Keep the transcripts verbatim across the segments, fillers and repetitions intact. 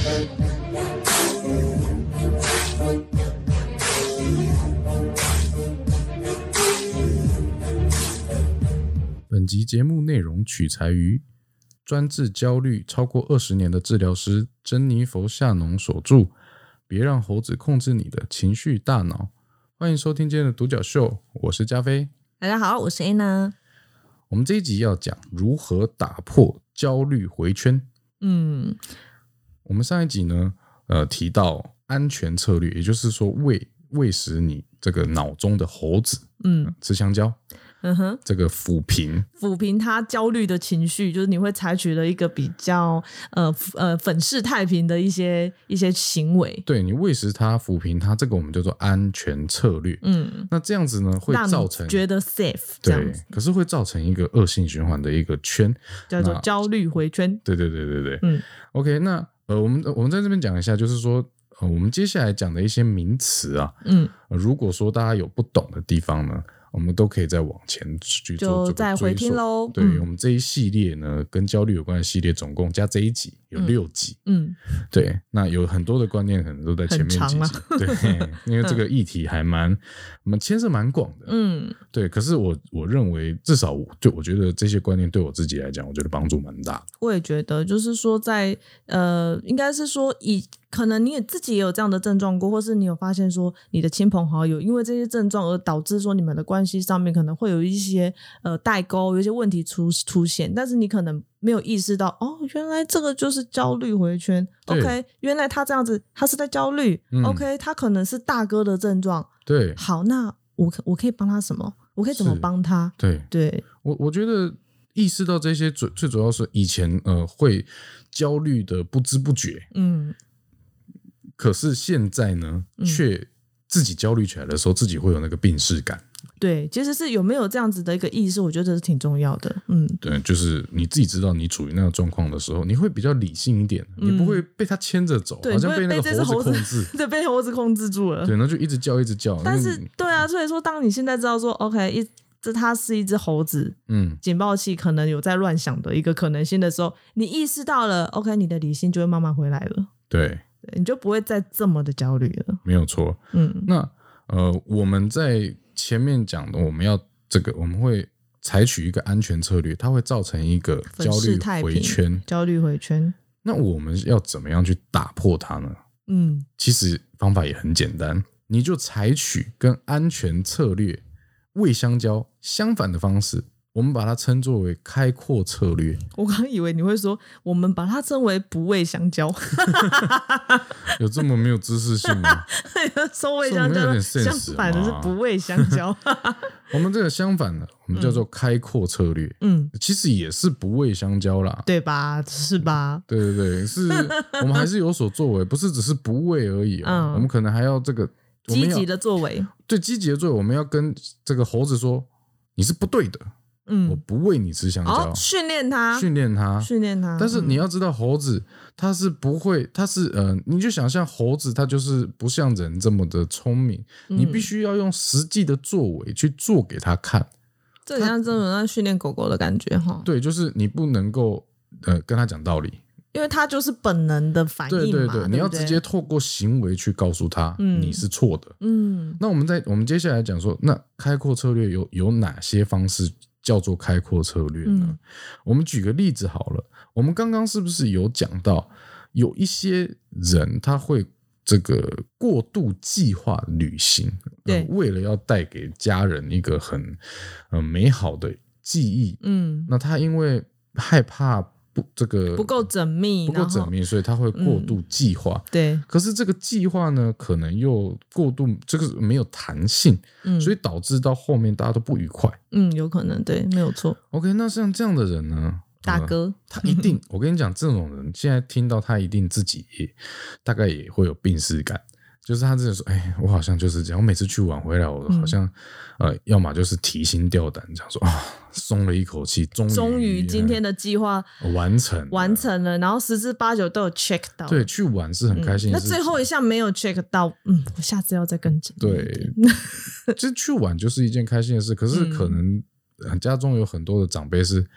本集节目内容取材于专治焦虑超过二十年的治疗师珍妮佛·夏农所著《别让猴子控制你的情绪大脑》。欢迎收听今天的独角秀，我是加菲。 大家好，我是 Anna。 我们这一集要讲如何打破焦虑回圈。嗯，我们上一集呢，呃，提到安全策略，也就是说喂喂食你这个脑中的猴子，嗯，吃香蕉。嗯哼，这个抚平抚平他焦虑的情绪，就是你会采取了一个比较呃呃粉饰太平的一些一些行为。 对，你喂食他抚平他，这个我们叫做安全策略。嗯，那这样子呢会造成觉得 safe 这样子， 对，可是会造成一个恶性循环的一个圈， 叫做焦虑回圈。 对对对对对，嗯 ，OK， 那呃我们我们在这边讲一下，就是说呃我们接下来讲的一些名词啊，嗯、呃，如果说大家有不懂的地方呢，我们都可以再往前去做， 就再回听喽。 对、嗯、我们这一系列呢，跟焦虑有关的系列，总共加这一集有六集。嗯，对，那有很多的观念可能都在前面几集。啊、对，因为这个议题还蛮，我们牵涉蛮广的。嗯，对。可是我我认为，至少我就我觉得这些观念对我自己来讲，我觉得帮助蛮大的。 我也觉得，就是说在，在呃，应该是说以。可能你也自己也有这样的症状过，或是你有发现说你的亲朋好友因为这些症状而导致说你们的关系上面可能会有一些呃代沟，有一些问题出出现，但是你可能没有意识到，哦，原来这个就是焦虑回圈。OK， 原来他这样子，他是在焦虑。嗯、OK， 他可能是大哥的症状。 对， 好，那我我可以帮他什么？我可以怎么帮他？ 对对， 我我觉得意识到这些最最主要是以前呃会焦虑的不知不觉。嗯。可是现在呢，却自己焦虑起来的时候，自己会有那个病识感。 对，其实是有没有这样子的一个意识，我觉得这是挺重要的。嗯， 对，就是你自己知道你处于那个状况的时候，你会比较理性一点，嗯、你不会被他牵着走，好像被那个猴子控制， 对，被猴子控制住了。 对，那就一直叫，一直叫。 但是，对啊，所以说，当你现在知道说 ，OK， 一这它是一只猴子，嗯，警报器可能有在乱响的一个可能性的时候，你意识到了 ，OK， 你的理性就会慢慢回来了。 对。 你就不会再这么的焦虑了。 没有错。嗯，那呃，我们在前面讲的，我们要这个，我们会采取一个安全策略，它会造成一个焦虑回圈。 焦虑回圈。 那我们要怎么样去打破它呢？嗯，其实方法也很简单，你就采取跟安全策略喂香蕉相反的方式。我们把它称作为开阔策略。 我刚以为你会说我们把它称为不喂香蕉。 有这么没有知识性吗？ 说喂香蕉相反的是不喂香蕉。 我们这个相反的我们叫做开阔策略。嗯，其实也是不喂香蕉啦， 对吧？是吧？ 对对对，是我们还是有所作为，不是只是不喂而已、哦嗯、我们可能还要这个积极的作为。 对，积极的作为，我们要跟这个猴子说你是不对的。嗯，我不喂你吃香蕉， 训练他， 训练他， 训练他。 但是你要知道，猴子它是不会，它是呃，你就想象猴子，它就是不像人这么的聪明，嗯、你必须要用实际的作为去做给他看。 这像这种像训练狗狗的感觉哈。 对，就是你不能够呃跟他讲道理， 因为他就是本能的反应嘛。 对对对, 对, 对，你要直接透过行为去告诉他、嗯、你是错的。嗯，那我们在我们接下来讲说，那开阔策略有有哪些方式？叫做开阔策略呢、嗯、我们举个例子好了，我们刚刚是不是有讲到有一些人他会这个过度计划旅行，对、呃，为了要带给家人一个很、呃、美好的记忆，嗯，那他因为害怕不这个不够缜密， 不够缜密，所以他会过度计划、嗯。对，可是这个计划呢，可能又过度，这个没有弹性，嗯，所以导致到后面大家都不愉快。 嗯，有可能，对，没有错。 OK， 那像这样的人呢， 大哥，呃、 他一定，我跟你讲，这种人现在听到他一定自己也大概也会有病识感。就是他真的说，哎，我好像就是这样。我每次去玩回来，我好像、嗯、呃，要么就是提心吊胆，这样说啊，松了一口气，终于终于今天的计划完成完成了，然后十之八九都有 check 到。 对，去玩是很开心的、 嗯。那最后一项没有 check 到，嗯，我下次要再更紧。 对，其实去玩就是一件开心的事，可是可能家中有很多的长辈是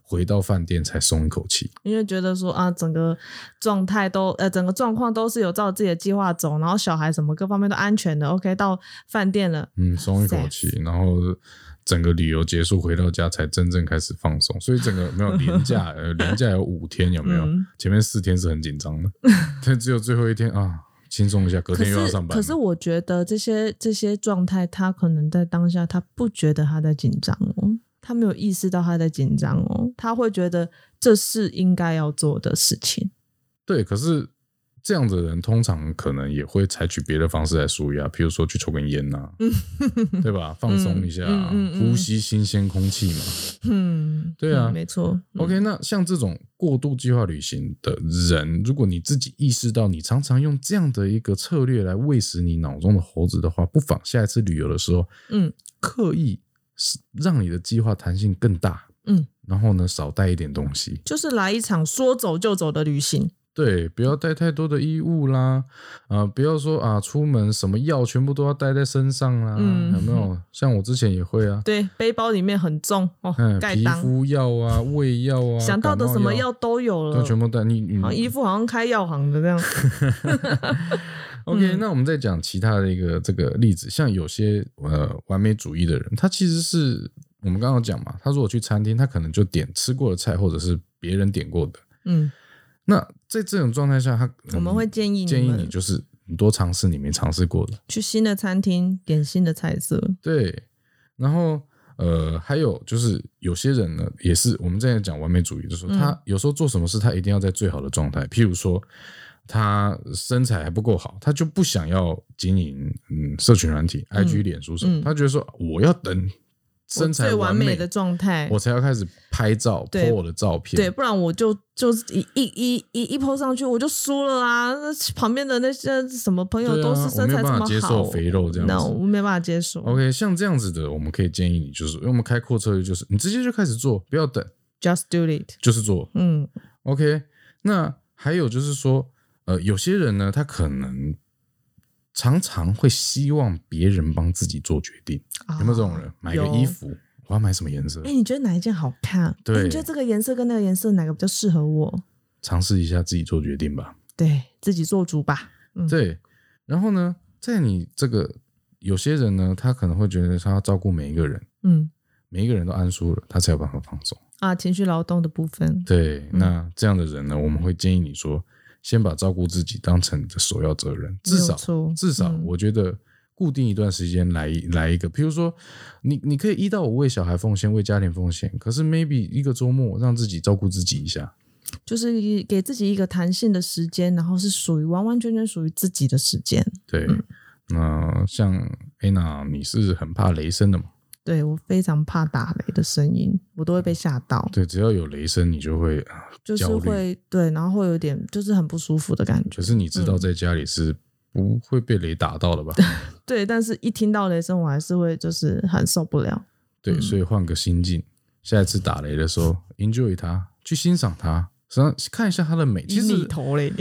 回到饭店才松一口气， 因为觉得说啊，整个状态都呃，整个状况都是有照自己的计划走，然后小孩什么各方面都安全的 ，OK， 到饭店了， 嗯，松一口气，然后整个旅游结束回到家才真正开始放松，所以整个没有连假，呃，连假有五天有没有？嗯、前面四天是很紧张的，但只有最后一天啊。轻松一下，隔天又要上班。 可是，可是我觉得这些这些状态，他可能在当下他不觉得他在紧张哦，他没有意识到他在紧张哦，他会觉得这是应该要做的事情。 对，可是这样的人通常可能也会采取别的方式来抒压，譬如说去抽根烟呐、啊，对吧？放松一下、啊嗯嗯嗯嗯，呼吸新鲜空气嘛。嗯，对啊， 嗯、没错、 嗯。OK， 那像这种过度计划旅行的人，如果你自己意识到你常常用这样的一个策略来喂食你脑中的猴子的话，不妨下一次旅游的时候，嗯，刻意让你的计划弹性更大，嗯，然后呢，少带一点东西， 就是来一场说走就走的旅行。 对，不要带太多的衣物啦，啊、呃，不要说啊，出门什么药全部都要带在身上啦，嗯、有没有？像我之前也会啊， 对，背包里面很重哦， 嗯，皮肤药啊、胃药啊， 想到的什么药都有了， 都全部带。你你衣服好像开药行的这样。 OK，、嗯、那我们再讲其他的一个这个例子，像有些呃完美主义的人，他其实是我们刚刚讲嘛，他如果去餐厅，他可能就点吃过的菜，或者是别人点过的，嗯。那在这种状态下，他我们会建议你建议你就是你多尝试你没尝试过的， 去新的餐厅点新的菜色。 对，然后呃，还有就是有些人呢，也是我们在讲完美主义，就是说他有时候做什么事，他一定要在最好的状态。嗯、譬如说，他身材还不够好，他就不想要经营嗯社群软体、嗯、I G、脸书什么、嗯，他觉得说我要等。身材最完美的状态， 我才要开始拍照 po 我的照片， 对，不然我就就一一一一一 po 上去我就输了啊！旁边的那些什么朋友都是身材这么好， 我没办法接受肥肉这样子， no, 我没办法接受。 OK， 像这样子的，我们可以建议你，就是因为我们开阔策略，就是你直接就开始做，不要等 ，just do it， 就是做。嗯 ，OK。那还有就是说，呃，有些人呢，他可能常常会希望别人帮自己做决定，哦、有没有这种人？买个衣服，我要买什么颜色？ 哎、欸，你觉得哪一件好看？ 对、欸， 你觉得这个颜色跟那个颜色哪个比较适合我？ 尝试一下自己做决定吧。 对，自己做主吧。 嗯、对。然后呢，在你这个有些人呢，他可能会觉得他要照顾每一个人，嗯，每一个人都安舒了，他才有办法放松啊。情绪劳动的部分， 对。嗯、那这样的人呢，我们会建议你说。先把照顾自己当成你的首要责任，至少至少，我觉得固定一段时间来来一个，譬如说，你你可以一到五为小孩奉献，为家庭奉献，可是 maybe 一个周末让自己照顾自己一下， 就是给自己一个弹性的时间，然后是属于完完全全属于自己的时间。 对，嗯、那像 Anna， 你是很怕雷声的嘛？ 对，我非常怕打雷的声音，我都会被吓到。 对，只要有雷声，你就会、啊、 就是会对，然后会有点就是很不舒服的感觉。 可是你知道，在家里是不会被雷打到的吧？ 嗯、对，但是一听到雷声，我还是会就是很受不了。 对，嗯、所以换个心境，下一次打雷的时候 ，enjoy 它，去欣赏它，看一下它的美。其实你头嘞，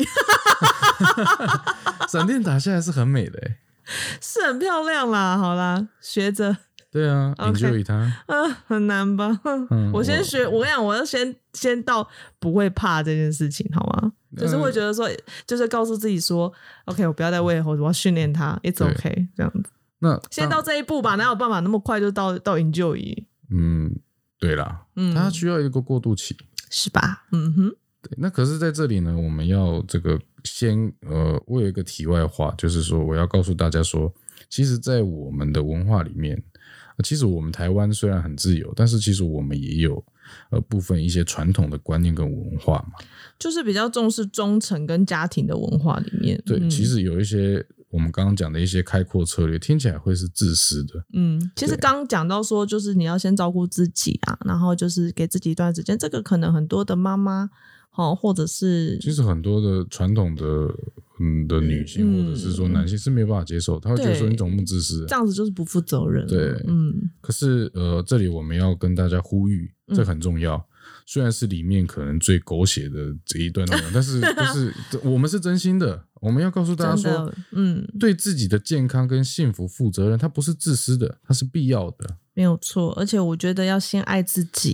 闪电打下来是很美的、欸， 是很漂亮啦。好啦，学着。 对啊 ，enjoy 它， 啊，很难吧？嗯、我先学，我跟你讲，我要先先到不会怕这件事情，好吗？嗯、就是会觉得说，就是告诉自己说 ，OK， 我不要再喂猴子，我要训练它 ，It's OK， 这样子。 那先到这一步吧，哪有办法那么快就到到 enjoy？ 嗯，对啦，嗯，它需要一个过渡期， 是吧？嗯哼。 对，那可是在这里呢，我们要这个先呃，我有一个题外话，就是说我要告诉大家说，其实，在我们的文化里面。其实我们台湾虽然很自由，但是其实我们也有呃部分一些传统的观念跟文化嘛， 就是比较重视忠诚跟家庭的文化里面。 对， 嗯、 其实有一些我们刚刚讲的一些开阔策略，听起来会是自私的。 嗯，其实刚刚讲到说，就是你要先照顾自己啊，然后就是给自己一段时间，这个可能很多的妈妈。哦，或者是其实很多的传统的嗯的女性、嗯、或者是说男性是没有办法接受，他会觉得说你怎么不自私， 这样子就是不负责任。 对，嗯。可是呃，这里我们要跟大家呼吁，这很重要。嗯、虽然是里面可能最狗血的这一段内容，但是就是我们是真心的，我们要告诉大家说，嗯，对自己的健康跟幸福负责任，它不是自私的，它是必要的， 没有错。而且我觉得要先爱自己。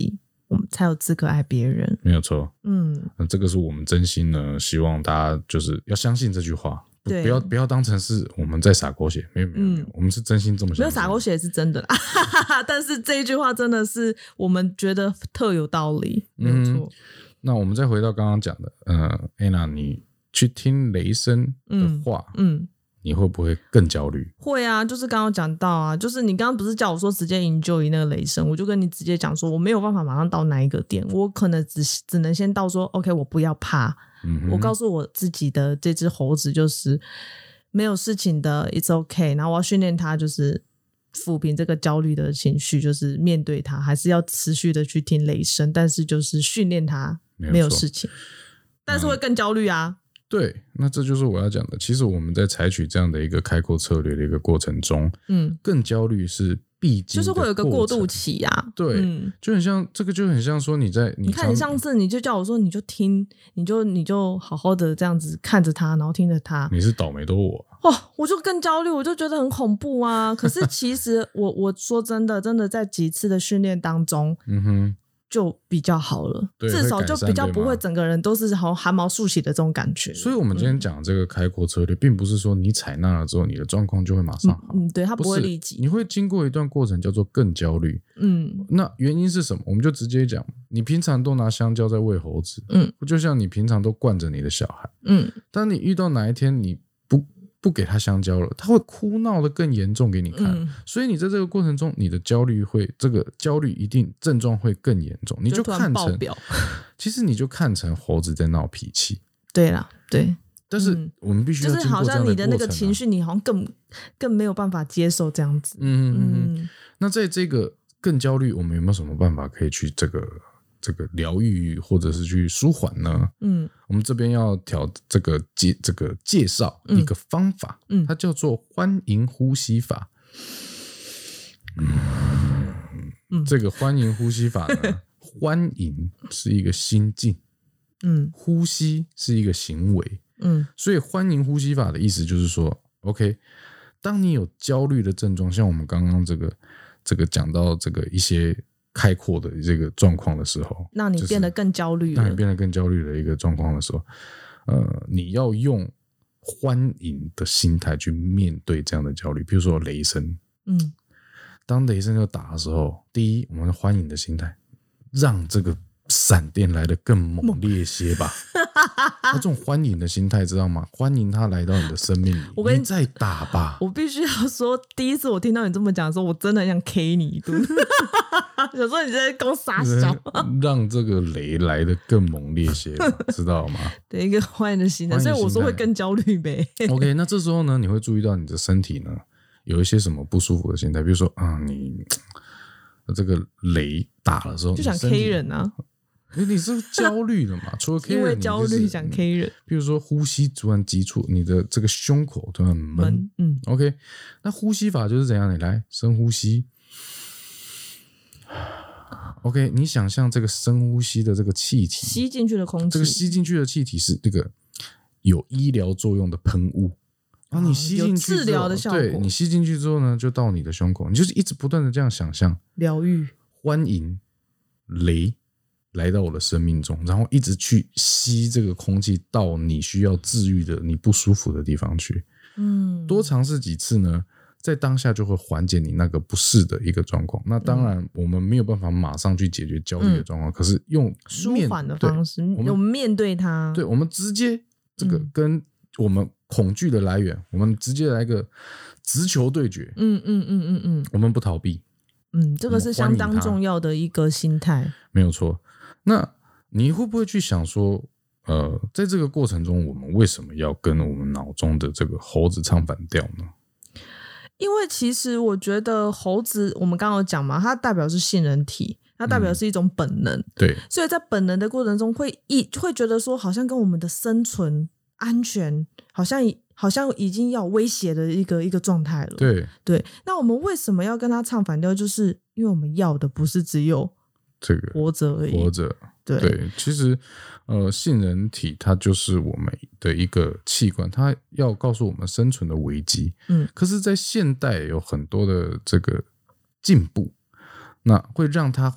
我们才有资格爱别人。 没有错。 嗯， 那这个是我们真心呢，希望大家就是要相信这句话。不, 不要不要当成是我们在撒狗血，没有没有没有、嗯，我们是真心这么想。 没有撒狗血是真的啦，但是这一句话真的是我们觉得特有道理，没有错。嗯、 那我们再回到刚刚讲的，呃 ，Anna， 你去听雷声的话，嗯。嗯你会不会更焦虑？ 会啊，就是刚刚讲到啊，就是你刚刚不是叫我说直接 enjoy 那个雷声，我就跟你直接讲说，我没有办法马上到哪一个点，我可能只只能先到说 OK 我不要怕、嗯、我告诉我自己的这只猴子就是没有事情的 it's okay， 然后我要训练它就是抚平这个焦虑的情绪，就是面对它，还是要持续的去听雷声，但是就是训练它没有事情，但是会更焦虑啊、嗯对，那这就是我要讲的。其实我们在采取这样的一个开阔策略的一个过程中，嗯，更焦虑是必经的， 就是会有一个过渡期啊。 对，嗯、就很像这个，就很像说你在你, 你看，你上次你就叫我说，你就听，你就你就好好的这样子看着他，然后听着他。 你是倒霉都我。 哦，我就更焦虑，我就觉得很恐怖啊。可是其实我我说真的，真的在几次的训练当中，嗯哼。就比较好了，至少就比较不会整个人都是好汗毛竖起的这种感觉。 所以我们今天讲的这个开阔策略、嗯、并不是说你采纳了之后你的状况就会马上好， 嗯，对，它不会立即， 你会经过一段过程叫做更焦虑。嗯，那原因是什么？我们就直接讲，你平常都拿香蕉在喂猴子，嗯，就像你平常都惯着你的小孩，嗯，当你遇到哪一天你不不给他香蕉了，他会哭闹的更严重给你看、嗯、所以你在这个过程中你的焦虑会这个焦虑一定症状会更严重，你就看成其实你就看成猴子在闹脾气。 对啦，对， 但是我们必须要经过这样的过程、啊、就是好像你的那个情绪你好像更更没有办法接受这样子。 嗯嗯嗯。那在这个更焦虑我们有没有什么办法可以去这个这个疗愈或者是去舒缓呢？嗯，我们这边要调这个介这个介绍一个方法，嗯，它叫做欢迎呼吸法。嗯，嗯这个欢迎呼吸法呢，欢迎是一个心境，嗯，呼吸是一个行为，嗯，所以欢迎呼吸法的意思就是说 ，OK， 当你有焦虑的症状，像我们刚刚这个这个讲到这个一些。开阔的这个状况的时候， 让你变得更焦虑了、就是、 让你变得更焦虑的一个状况的时候，呃，你要用欢迎的心态去面对这样的焦虑。比如说雷声，嗯，当雷声要打的时候，第一，我们欢迎的心态，让这个闪电来得更猛烈些吧。那这种欢迎的心态，知道吗？欢迎他来到你的生命里，我跟你, 你再打吧。 我必须要说，第一次我听到你这么讲的时候，我真的很想 K 你一顿。想说你在跟我撒小， 让这个雷来得更猛烈些，知道吗？ 对，一个欢迎的心态，所以我说会更焦虑呗。 OK， 那这时候呢，你会注意到你的身体呢有一些什么不舒服的心态，比如说啊，你这个雷打的时候就想 K 人啊。 你是焦虑了嘛？除了 K 人， 因为焦虑想 K 人。 比如说呼吸突然急促，你的这个胸口突然闷。嗯 ，OK， 那呼吸法就是怎样？你来深呼吸。OK， 你想象这个深呼吸的这个气体吸进去的空气， 这个吸进去的气体是这个有医疗作用的喷雾。然后你吸进去之后， 有治疗的效果。 对，你吸进去之后呢，就到你的胸口，你就是一直不断的这样想象， 疗愈， 欢迎雷来到我的生命中，然后一直去吸这个空气到你需要治愈的、你不舒服的地方去。嗯，多尝试几次呢，在当下就会缓解你那个不适的一个状况。那当然，我们没有办法马上去解决焦虑的状况，嗯、可是用舒缓的方式，我们面对它。 对，我们直接这个跟我们恐惧的来源，嗯、我们直接来个直球对决。嗯嗯嗯嗯嗯，我们不逃避。 嗯，这个是相当重要的一个心态， 没有错。那你会不会去想说，呃，在这个过程中，我们为什么要跟我们脑中的这个猴子唱反调呢？ 因为其实我觉得猴子，我们刚刚有讲嘛，它代表是杏仁体，它代表是一种本能，嗯、 对， 所以在本能的过程中会一会觉得说，好像跟我们的生存安全，好像好像已经要威胁的一个一个状态了。 对对，那我们为什么要跟它唱反调？就是因为我们要的不是只有这个活着而已， 活着。 对对，其实呃，杏仁体它就是我们的一个器官，它要告诉我们生存的危机。嗯，可是，在现代有很多的这个进步，那会让它会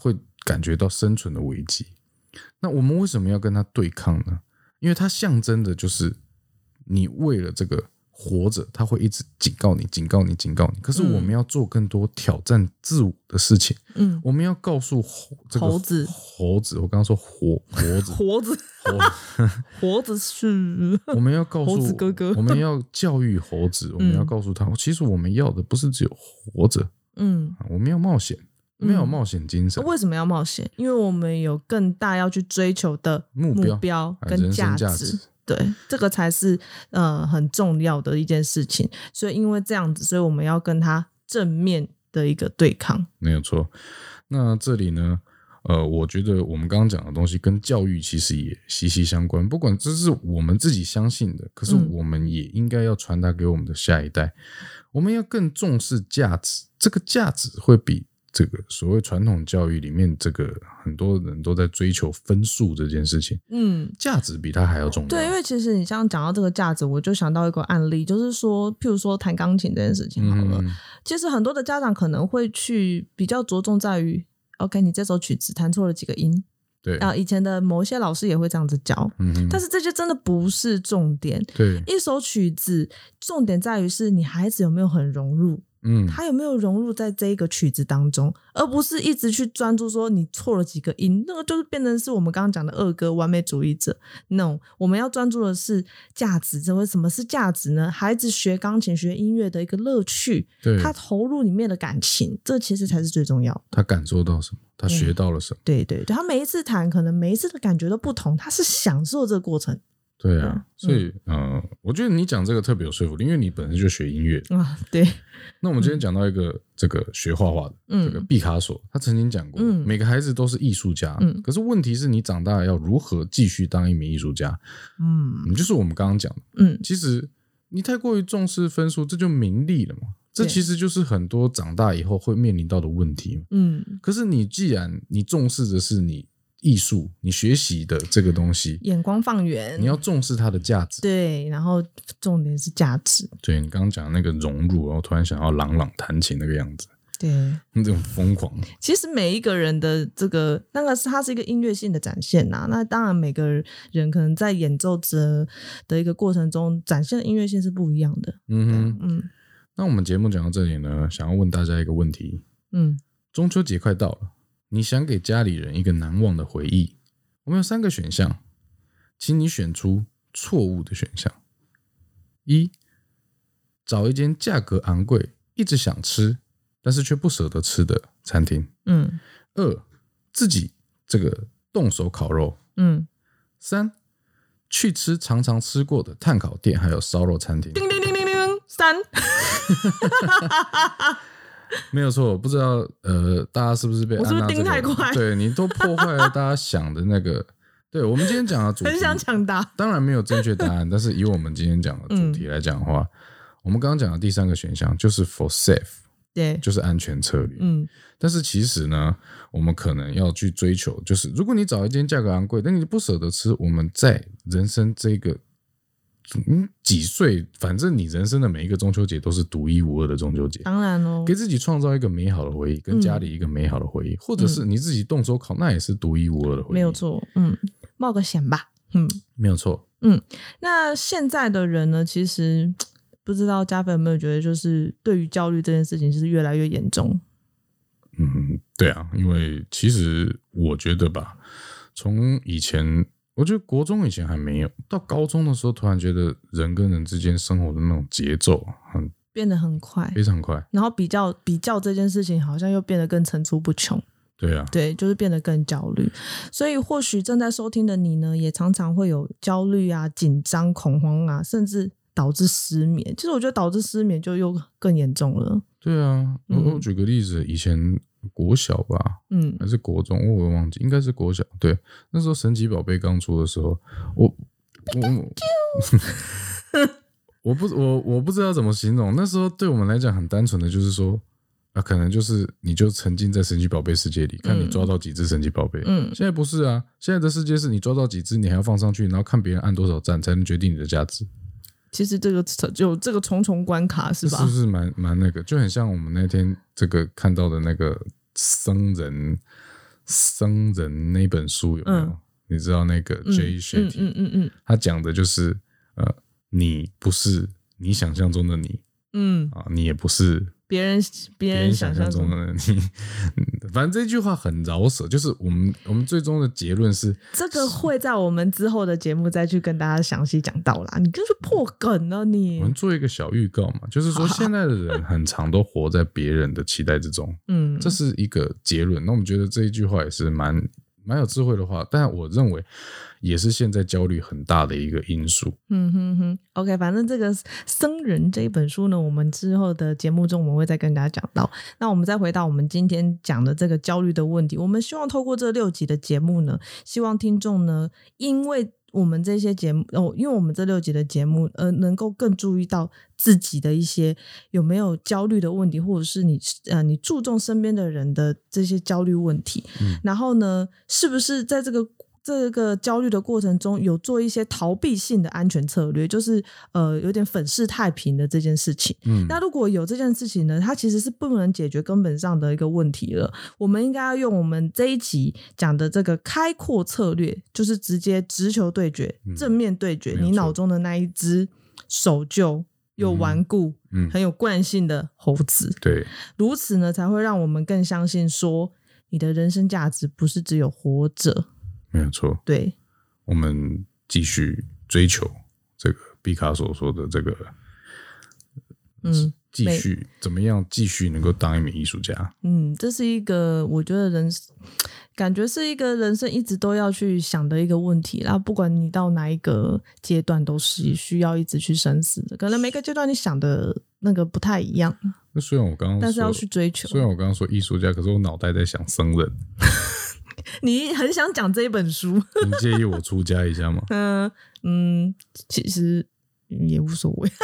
感觉到生存的危机。那我们为什么要跟它对抗呢？因为它象征的就是你为了这个活着，它会一直警告你警告你警告你，可是我们要做更多挑战自我的事情。嗯，我们要告诉猴这个猴子猴子我刚刚说活活子活子活子是我们要告诉猴子哥哥， 我们要教育猴子，我们要告诉他，其实我们要的不是只有活着，嗯，我们要冒险，我们要有冒险精神。 为什么要冒险？因为我们有更大要去追求的目标, 目标跟价 值, 价值对，这个才是呃很重要的一件事情。所以因为这样子，所以我们要跟他正面的一个对抗。 没有错。那这里呢，呃，我觉得我们刚刚讲的东西跟教育其实也息息相关。不管这是我们自己相信的，可是我们也应该要传达给我们的下一代。嗯、我们要更重视价值，这个价值会比这个所谓传统教育里面，这个很多人都在追求分数这件事情，嗯，价值比它还要重要。 对，因为其实你像讲到这个价值，我就想到一个案例，就是说，譬如说弹钢琴这件事情好了，嗯、其实很多的家长可能会去比较着重在于 ，OK， 你这首曲子弹错了几个音。 对啊，以前的某一些老师也会这样子教，嗯、但是这些真的不是重点。 对， 一首曲子重点在于是你孩子有没有很融入。嗯，他有没有融入在这一个曲子当中，而不是一直去专注说你错了几个音，那个就是变成是我们刚刚讲的二哥完美主义者。No， 我们要专注的是价值。这为什么是价值呢？孩子学钢琴学音乐的一个乐趣，他投入里面的感情，这其实才是最重要的。 他感受到什么，他学到了什么。 对对对，他每一次弹可能每一次的感觉都不同，他是享受这个过程。 对啊，嗯、所以呃，我觉得你讲这个特别有说服力，因为你本身就学音乐啊。对。 那我们今天讲到一个、嗯、这个学画画的、嗯、这个毕卡索，他曾经讲过、嗯，每个孩子都是艺术家、嗯，可是问题是你长大了要如何继续当一名艺术家？嗯，你就是我们刚刚讲的，嗯，其实你太过于重视分数，这就名利了嘛。这其实就是很多长大以后会面临到的问题。嗯，可是你既然你重视的是你艺术，你学习的这个东西， 眼光放远， 你要重视它的价值。 对，然后重点是价值。 对，你刚刚讲的那个融入，然后突然想要朗朗弹琴那个样子， 对， 那种疯狂。 其实每一个人的这个，那个是它是一个音乐性的展现呐、啊。那当然，每个人可能在演奏者的一个过程中展现的音乐性是不一样的。嗯哼，嗯。 那我们节目讲到这里呢，想要问大家一个问题。嗯，中秋节快到了。你想给家里人一个难忘的回忆，我们有三个选项，请你选出错误的选项。一，找一间价格昂贵、一直想吃但是却不舍得吃的餐厅。嗯。二，自己这个动手烤肉。嗯。三，去吃常常吃过的炭烤店还有烧肉餐厅。 叮叮叮叮叮，三。 没有错，不知道呃，大家是不是被安娜、这个、 我是不是盯太快？ 对，你都破坏了大家想的那个。对，我们今天讲的主题， 很想抢答， 当然没有正确答案，但是以我们今天讲的主题来讲的话，嗯、我们刚刚讲的第三个选项就是 for safe， 对， 就是安全策略。嗯，但是其实呢，我们可能要去追求，就是如果你找一间价格昂贵，但你不舍得吃，我们在人生这个。嗯，几岁？反正你人生的每一个中秋节都是独一无二的中秋节。 当然哦， 给自己创造一个美好的回忆，跟家里一个美好的回忆，嗯、或者是你自己动手烤，那也是独一无二的回忆。 没有错，嗯，冒个险吧，嗯， 没有错， 嗯。那现在的人呢，其实不知道嘉芬有没有觉得，就是对于焦虑这件事情是越来越严重。 嗯，对啊，因为其实我觉得吧，从以前。我觉得国中以前还没有，到高中的时候，突然觉得人跟人之间生活的那种节奏很变得很快， 非常快。 然后比较比较这件事情，好像又变得更层出不穷。 对啊， 对，就是变得更焦虑。所以或许正在收听的你呢，也常常会有焦虑啊、紧张、恐慌啊，甚至导致失眠。其实我觉得导致失眠就又更严重了。 对啊，我我举个例子，以前。国小吧，嗯，还是国中，我忘记，应该是国小。对，那时候神奇宝贝刚出的时候，我我我不我我不知道怎么形容。那时候对我们来讲很单纯的，就是说啊，可能就是你就沉浸在神奇宝贝世界里，看你抓到几只神奇宝贝。嗯，现在不是啊，现在的世界是你抓到几只，你还要放上去，然后看别人按多少赞才能决定你的价值。 其实这个有这个重重关卡是吧？ 是不是蛮蛮那个，就很像我们那天这个看到的那个僧人僧人那本书有没有？嗯、你知道那个 Jay Shetty， 嗯嗯嗯嗯， 他讲的就是呃，你不是你想象中的你，嗯啊，你也不是别人别人想象中的你。反正这句话很饶舌，就是我们我们最终的结论是， 这个会在我们之后的节目再去跟大家详细讲到啦。你就是破梗了你。 我们做一个小预告嘛，就是说现在的人很常都活在别人的期待之中，嗯，这是一个结论。那我们觉得这一句话也是蛮蛮有智慧的话，但我认为也是现在焦虑很大的一个因素。 嗯哼哼 ，OK， 反正这个僧人这一本书呢，我们之后的节目中我们会再跟大家讲到。那我们再回到我们今天讲的这个焦虑的问题，我们希望透过这六集的节目呢，希望听众呢，因为我们这些节目哦，因为我们这六集的节目，呃，能够更注意到自己的一些有没有焦虑的问题，或者是你呃你注重身边的人的这些焦虑问题，嗯、然后呢，是不是在这个这个焦虑的过程中有做一些逃避性的安全策略，就是呃有点粉饰太平的这件事情。嗯，那如果有这件事情呢，它其实是不能解决根本上的一个问题了。我们应该要用我们这一集讲的这个开阔策略，就是直接直球对决、嗯、正面对决你脑中的那一只守旧又顽固、嗯嗯、很有惯性的猴子。 对， 如此呢才会让我们更相信说，你的人生价值不是只有活着。 没有错， 对， 我们继续追求这个毕卡索说的这个，嗯，继续怎么样？继续能够当一名艺术家。 嗯，这是一个我觉得人感觉是一个人生一直都要去想的一个问题啦。不管你到哪一个阶段，都是需要一直去深思的。可能每个阶段你想的那个不太一样。 那虽然我刚刚， 但是要去追求。 虽然我刚刚说艺术家，可是我脑袋在想僧人。 你很想讲这一本书， 你介意我出家一下吗？ 嗯嗯，其实也无所谓，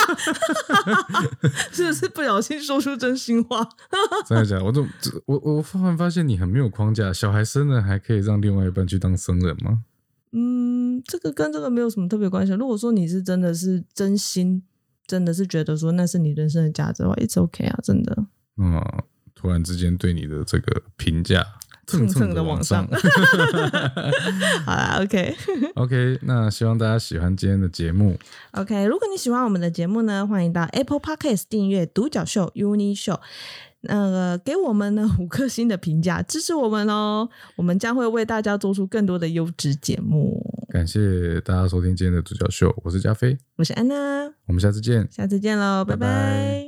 是不是不小心说出真心话？ 真的假的？我怎我我忽然发现你很没有框架，小孩生了还可以让另外一半去当僧人吗？ 嗯，这个跟这个没有什么特别关系。如果说你是真的是真心，真的是觉得说那是你人生的价值的话 ，it's okay 啊，真的。 嗯，突然之间对你的这个评价。蹭蹭的往上好啦 OK OK， 那希望大家喜欢今天的节目。 OK， 如果你喜欢我们的节目呢，欢迎到 Apple Podcast 订阅独角秀 Uni Show， 那个给我们呢五颗星的评价，支持我们哦，我们将会为大家做出更多的优质节目。 感谢大家收听今天的独角秀，我是加菲， 我是安娜， 我们下次见， 下次见喽，拜拜。